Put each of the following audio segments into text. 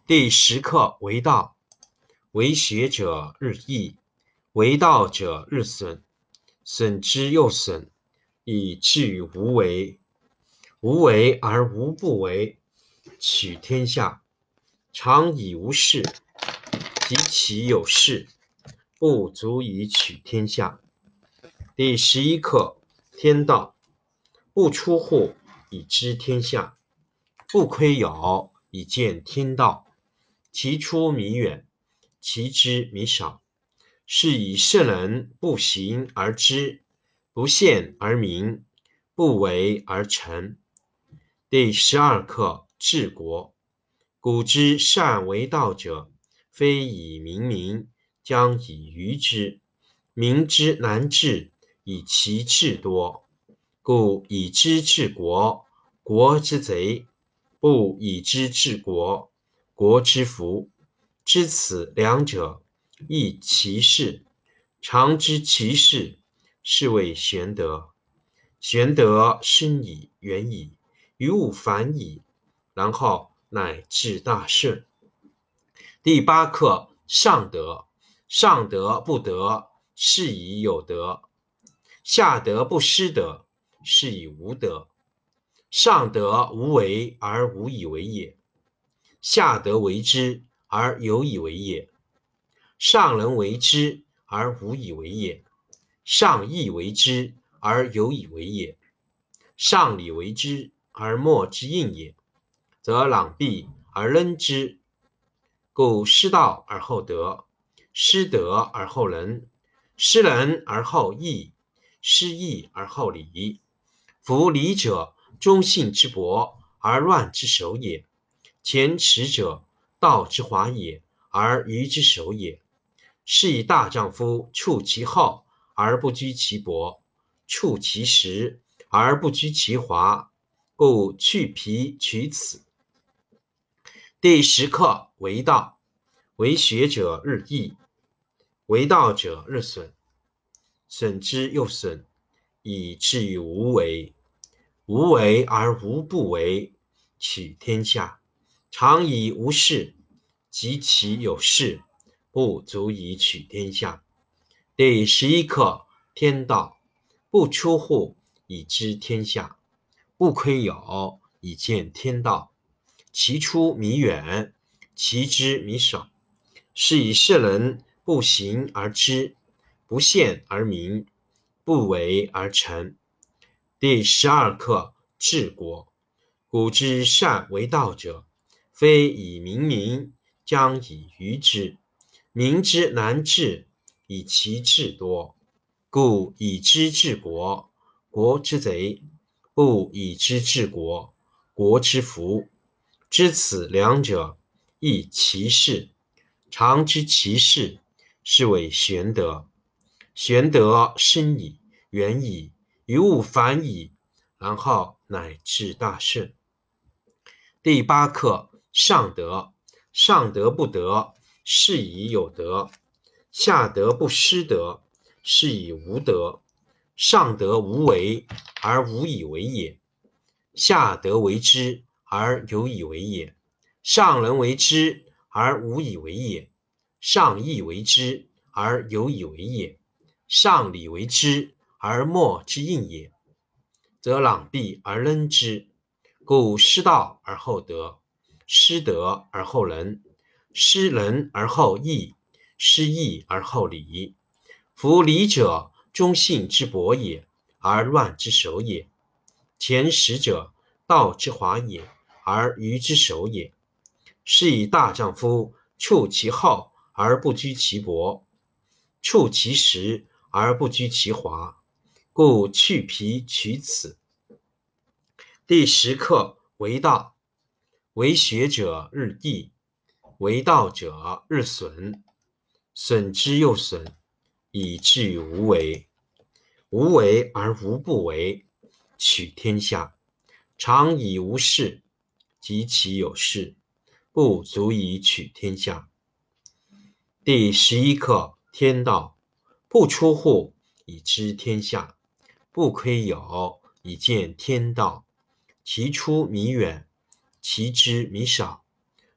第10课为道，为学者日益，为道者日损，损之又损，以至于无为。无为而无不为，取天下常以无事，及其有事，不足以取天下。第11课天道，不出户以知天下，不窥牖以见天道。其出弥远，其知弥少，是以圣人不行而知，不见而明，不为而成。第12课治国，古之善为道者，非以明民，将以愚之。民之难治，以其智多。故以知治国，国之贼；不以知治国，国之福。知此两者，亦其事。常知其事，是谓玄德。玄德深矣，远矣，于物反矣，然后乃至大顺。第8课上德，上德不德，是以有德；下德不失德，是以无德。上德无为而无以为也，下德为之而有以为也。上人为之而无以为也，上义为之而有以为也。上礼为之而莫之应也，则攘臂而扔之。故失道而后德，失德而后仁，失仁而后义，失义而后礼。夫礼者，忠信之薄而乱之首也；前耻者，道之华也而愚之首也。是以大丈夫处其厚而不居其薄，处其实而不居其华，故去皮取此。第10课为道，为学者日益，为道者日损，损之又损，以至于无为。无为而无不为，取天下常以无事，及其有事，不足以取天下。第11课天道，不出户以知天下，不窥牖以见天道。其出弥远，其知弥少，是以圣人不行而知，不见而明，不为而成。第12课治国，古之善为道者，非以明民，将以愚之。民之难治，以其智多。故以知治国，国之贼；不以知治国，国之福。知此两者，亦其事。常知其事，是谓玄德。玄德深矣，远矣，于物反矣，然后乃至大顺。第8课上德，上德不德，是以有德；下德不失德，是以无德。上德无为而无以为也，下德为之而有以为也。上人为之而无以为也，上义为之而有以为也，上礼为之而莫之应也，则攘臂而扔之。故失道而后德，失德而后仁，失仁而后义，失义而后礼。夫礼者，忠信之薄也而乱之首也；前识者，道之华也而愚之首也。是以大丈夫处其厚而不居其薄，处其实而不居其华，故去皮取此。第10课为道，为学者日益，为道者日损，损之又损，以至于无为。无为而无不为，取天下常以无事，及其有事，不足以取天下。第11课天道，不出户以知天下，不窥牖以见天道。其出弥远，其知弥少，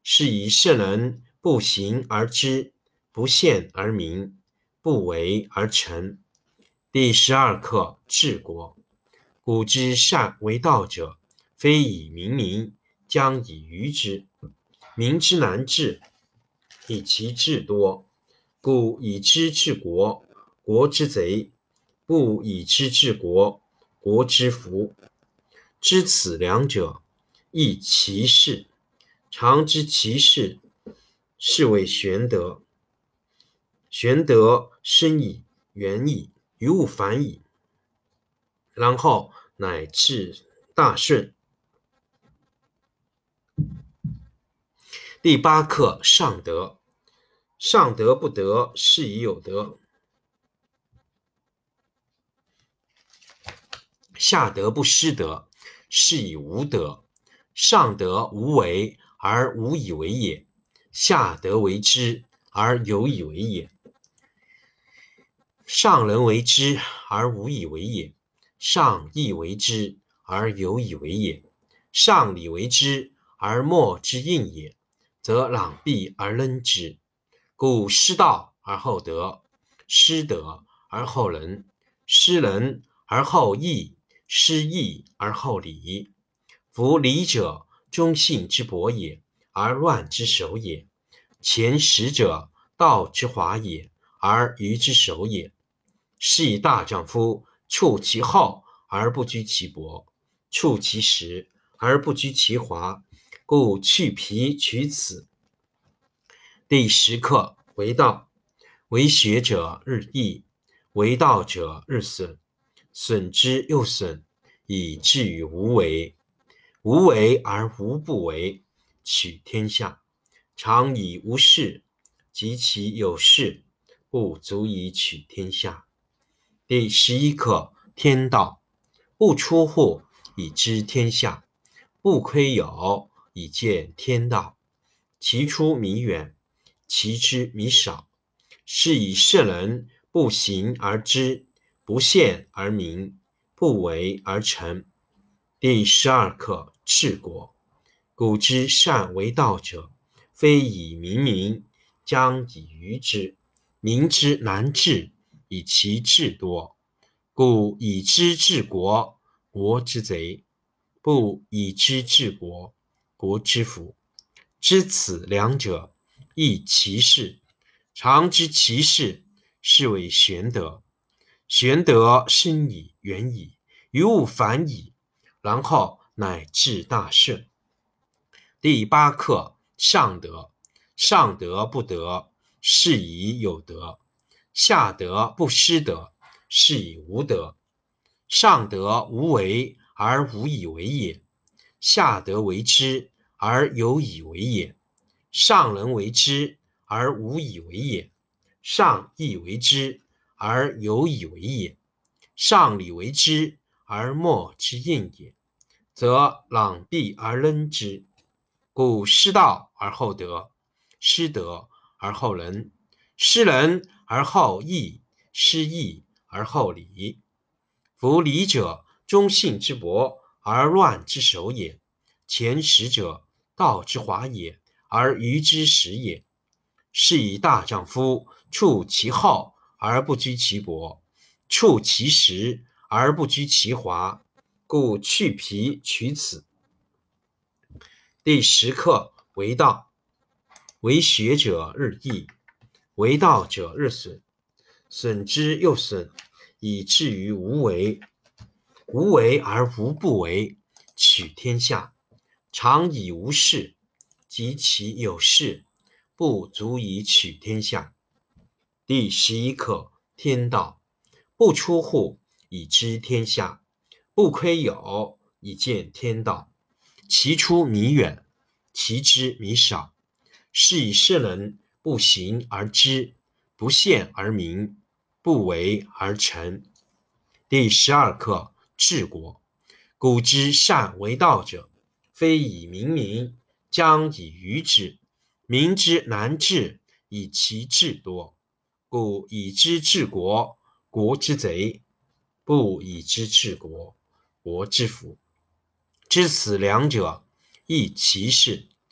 是以圣人不行而知，不见而明，不为而成。第12课治国。古之善为道者，非以明民，将以愚之。民之难治，以其智多。故以知治国，国之贼；不以知治国，国之福。知此两者，亦其事。常知其事，是谓玄德。玄德深矣，远矣，于物反矣，然后乃至大顺。第8课上德。上德不德，是以有德；下德不失德，是以无德。上德无为而无以为也，下德为之而有以为也。上人为之而无以为也，上义为之而有以为也，上礼为之而莫之应也，则攘臂而扔之。故失道而后德，失德而后仁，失仁而后义，失义而后礼。夫礼者，忠信之薄也，而乱之首也。前识者，道之华也，而愚之首也。是以大丈夫处其厚而不居其薄，处其实而不居其华，故去皮取此。第10课为道。为学者日益，为道者日损，损之又损，以至于无为。无为而无不为，取天下常以无事，及其有事，不足以取天下。第11课天道。不出户，以知天下；不窥牖，以见天道。其出弥远，其知弥少。是以圣人不行而知，不见而明，不为而成。第12课治国。古之善为道者，非以明民，将以愚之。民之难治，以其智多。故以知治国，国之贼；不以知治国，国之福。知此两者，亦其事。常知其事，是谓玄德。玄德深矣，远矣，于物反矣，然后乃至大顺。第8课上德。上德不德，是以有德；下德不失德，是以无德。上德无为而无以为也，下德为之而有以为也。上人为之而无以为也，上义为之而有以为也，上礼为之而莫之应也，则攘臂而扔之。故失道而后德，失德而后仁，失仁而后义，失义而后礼。夫礼者，忠信之薄而乱之首也。前识者，道之华也，而愚之始也。是以大丈夫处其厚而不居其薄，处其实而不居其华，故去皮取此。第10课为道。为学者日益，为道者日损，损之又损，以至于无为。无为而无不为，取天下常以无事，及其有事，不足以取天下。第11课天道。不出户，以知天下；不窥牖，以见天道。其出弥远，其知弥少。是以圣人不行而知，不见而明，不为而成。第12课治国。古之善为道者，非以明民，将以愚之。民之难治，以其智多。故以知治国，国之贼；不以知治国，国之福。知此两者，亦其事。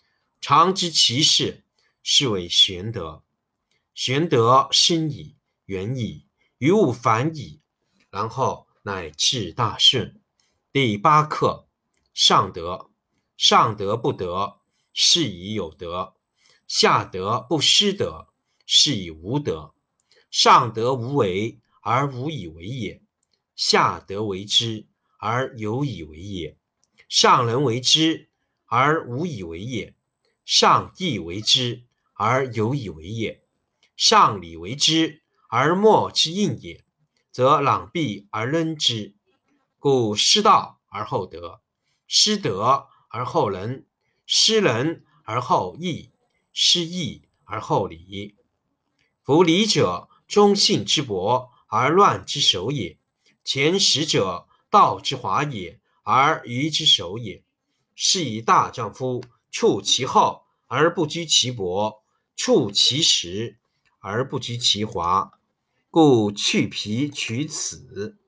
常知其事，是谓玄德。玄德深矣，远矣，于物反矣，然后乃至大顺。第八课，上德。上德不德，是以有德；下德不失德，是以无德。上德无为而无以为也，下德为之而有以为也。上人为之而无以为也，上义为之而有以为也。上礼为之而莫之应也，则攘臂而扔之。故失道而后德，失德而后仁，失仁而后义，失义而后礼。夫礼者，忠信之薄而乱之首也；前识者，道之华也而愚之首也。是以大丈夫处其厚而不居其薄，处其实而不居其华。故去皮取此。